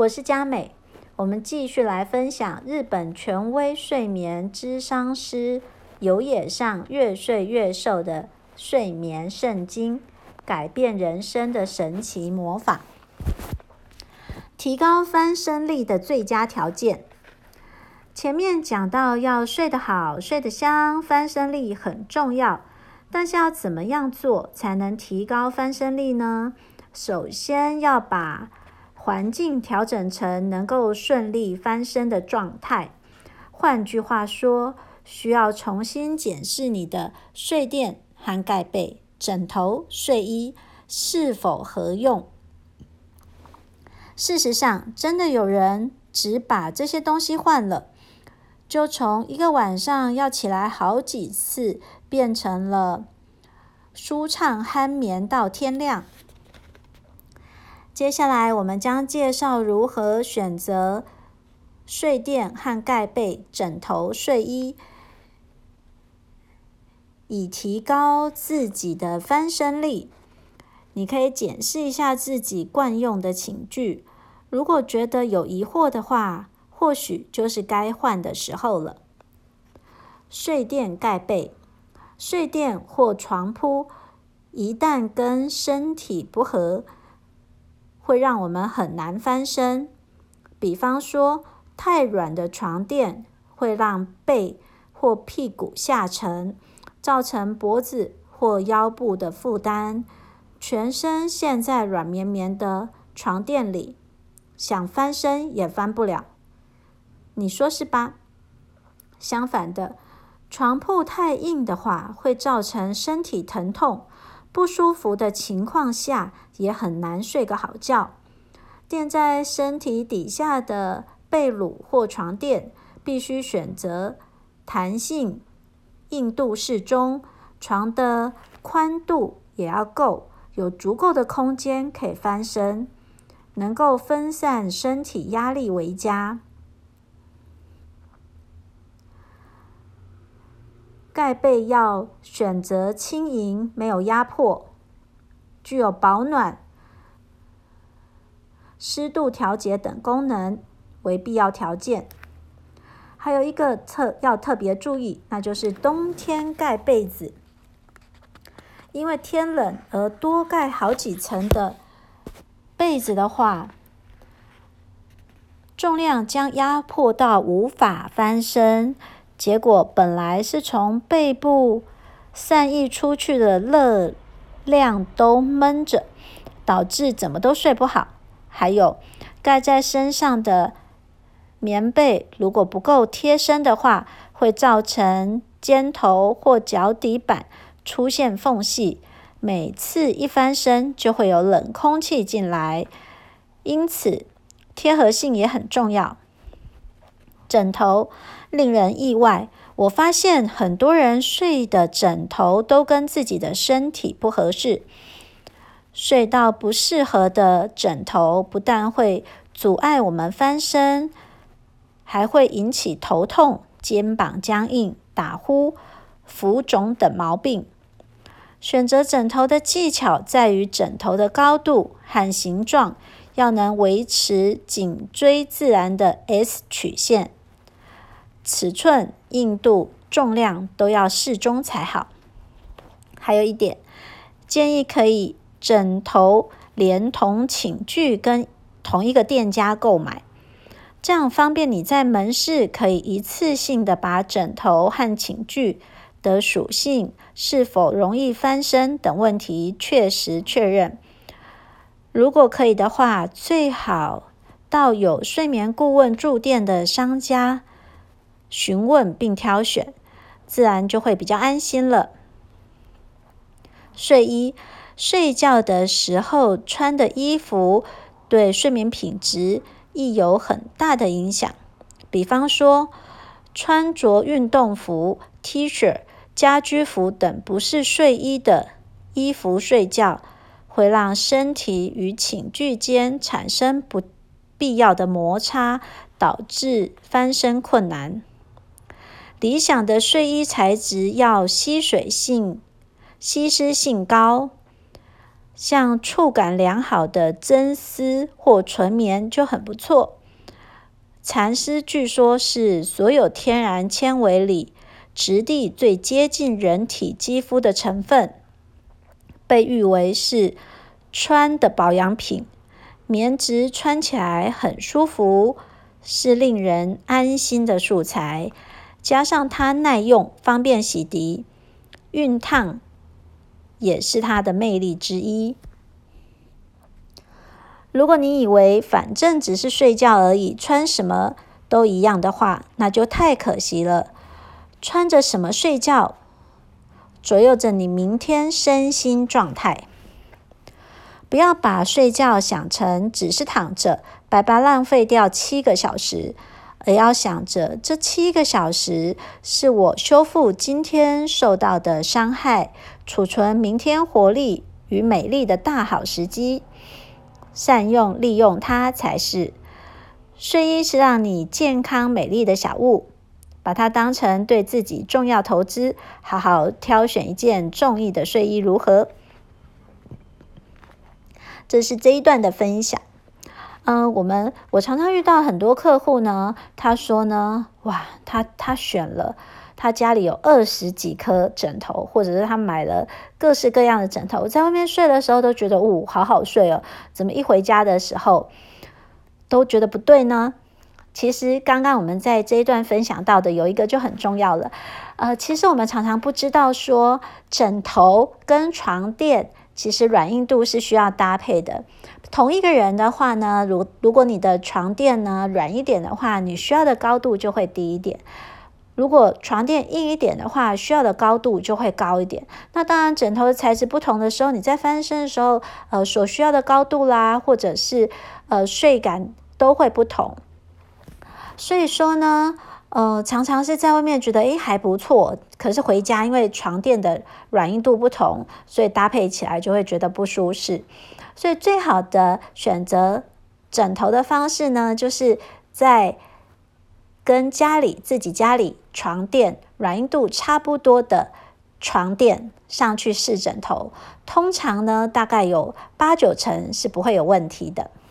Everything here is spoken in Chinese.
我是佳美。我们继续来分享日本权威睡眠咨商师有野上越睡越瘦的睡眠圣经，改变人生的神奇魔法。提高翻身力的最佳条件。前面讲到要睡得好、睡得香，翻身力很重要。但是要怎么样做才能提高翻身力呢？首先要把环境调整成能够顺利翻身的状态。换句话说，需要重新检视你的睡垫和盖被、枕头、睡衣是否合用。事实上，真的有人只把这些东西换了，就从一个晚上要起来好几次，变成了舒畅酣眠到天亮。接下来我们将介绍如何选择睡垫和盖被、枕头、睡衣，以提高自己的翻身力。你可以检视一下自己惯用的寝具，如果觉得有疑惑的话，或许就是该换的时候了。睡垫盖被。睡垫或床铺一旦跟身体不合，会让我们很难翻身。比方说，太软的床垫会让背或屁股下沉，造成脖子或腰部的负担，全身陷在软绵绵的床垫里，想翻身也翻不了。你说是吧？相反的，床铺太硬的话，会造成身体疼痛，不舒服的情况下也很难睡个好觉。垫在身体底下的被褥或床垫必须选择弹性、硬度适中，床的宽度也要够，有足够的空间可以翻身，能够分散身体压力为佳。盖被要选择轻盈，没有压迫，具有保暖、湿度调节等功能为必要条件。还有一个要特别注意，那就是冬天盖被子。因为天冷而多盖好几层的被子的话，重量将压迫到无法翻身，结果本来是从背部散溢出去的热量都闷着，导致怎么都睡不好。还有，盖在身上的棉被如果不够贴身的话，会造成肩头或脚底板出现缝隙，每次一翻身就会有冷空气进来，因此贴合性也很重要。枕头令人意外，我发现很多人睡的枕头都跟自己的身体不合适。睡到不适合的枕头，不但会阻碍我们翻身，还会引起头痛、肩膀僵硬、打呼、浮肿等毛病。选择枕头的技巧在于枕头的高度和形状要能维持颈椎自然的 S 曲线，尺寸、硬度、重量都要适中才好。还有一点，建议可以枕头连同寝具跟同一个店家购买，这样方便你在门市可以一次性的把枕头和寝具的属性、是否容易翻身等问题确认。如果可以的话，最好到有睡眠顾问驻店的商家询问并挑选，自然就会比较安心了。睡衣，睡觉的时候穿的衣服对睡眠品质亦有很大的影响。比方说，穿着运动服、T 恤、家居服等不是睡衣的衣服睡觉，会让身体与寝具间产生不必要的摩擦，导致翻身困难。理想的睡衣材质要吸湿性高， 像触感良好的真丝或纯棉就很不错。蚕丝据说是所有天然纤维里质地最接近人体肌肤的成分，被誉为是穿的保养品。棉质穿起来很舒服，是令人安心的素材，加上它耐用，方便洗涤，熨烫也是它的魅力之一。如果你以为反正只是睡觉而已，穿什么都一样的话，那就太可惜了。穿着什么睡觉，左右着你明天身心状态。不要把睡觉想成只是躺着，白白浪费掉7个小时，而要想着这7个小时是我修复今天受到的伤害，储存明天活力与美丽的大好时机。善用利用它才是。睡衣是让你健康美丽的小物，把它当成对自己重要投资，好好挑选一件中意的睡衣如何？这是这一段的分享。我常常遇到很多客户呢，他说呢，哇，他选了，他家里有20几颗枕头，或者是他买了各式各样的枕头，在外面睡的时候都觉得好好睡哦，怎么一回家的时候都觉得不对呢？其实刚刚我们在这一段分享到的有一个就很重要了，其实我们常常不知道说枕头跟床垫其实软硬度是需要搭配的。同一个人的话呢，如果你的床垫呢软一点的话，你需要的高度就会低一点。如果床垫硬一点的话，需要的高度就会高一点。那当然枕头的材质不同的时候，你在翻身的时候所需要的高度啦，或者是睡感都会不同。所以说呢常常是在外面觉得还不错，可是回家因为床垫的软硬度不同，所以搭配起来就会觉得不舒适。所以最好的选择枕头的方式呢，就是在跟自己家里床垫软硬度差不多的床垫上去试枕头，通常呢大概有8-9成是不会有问题的。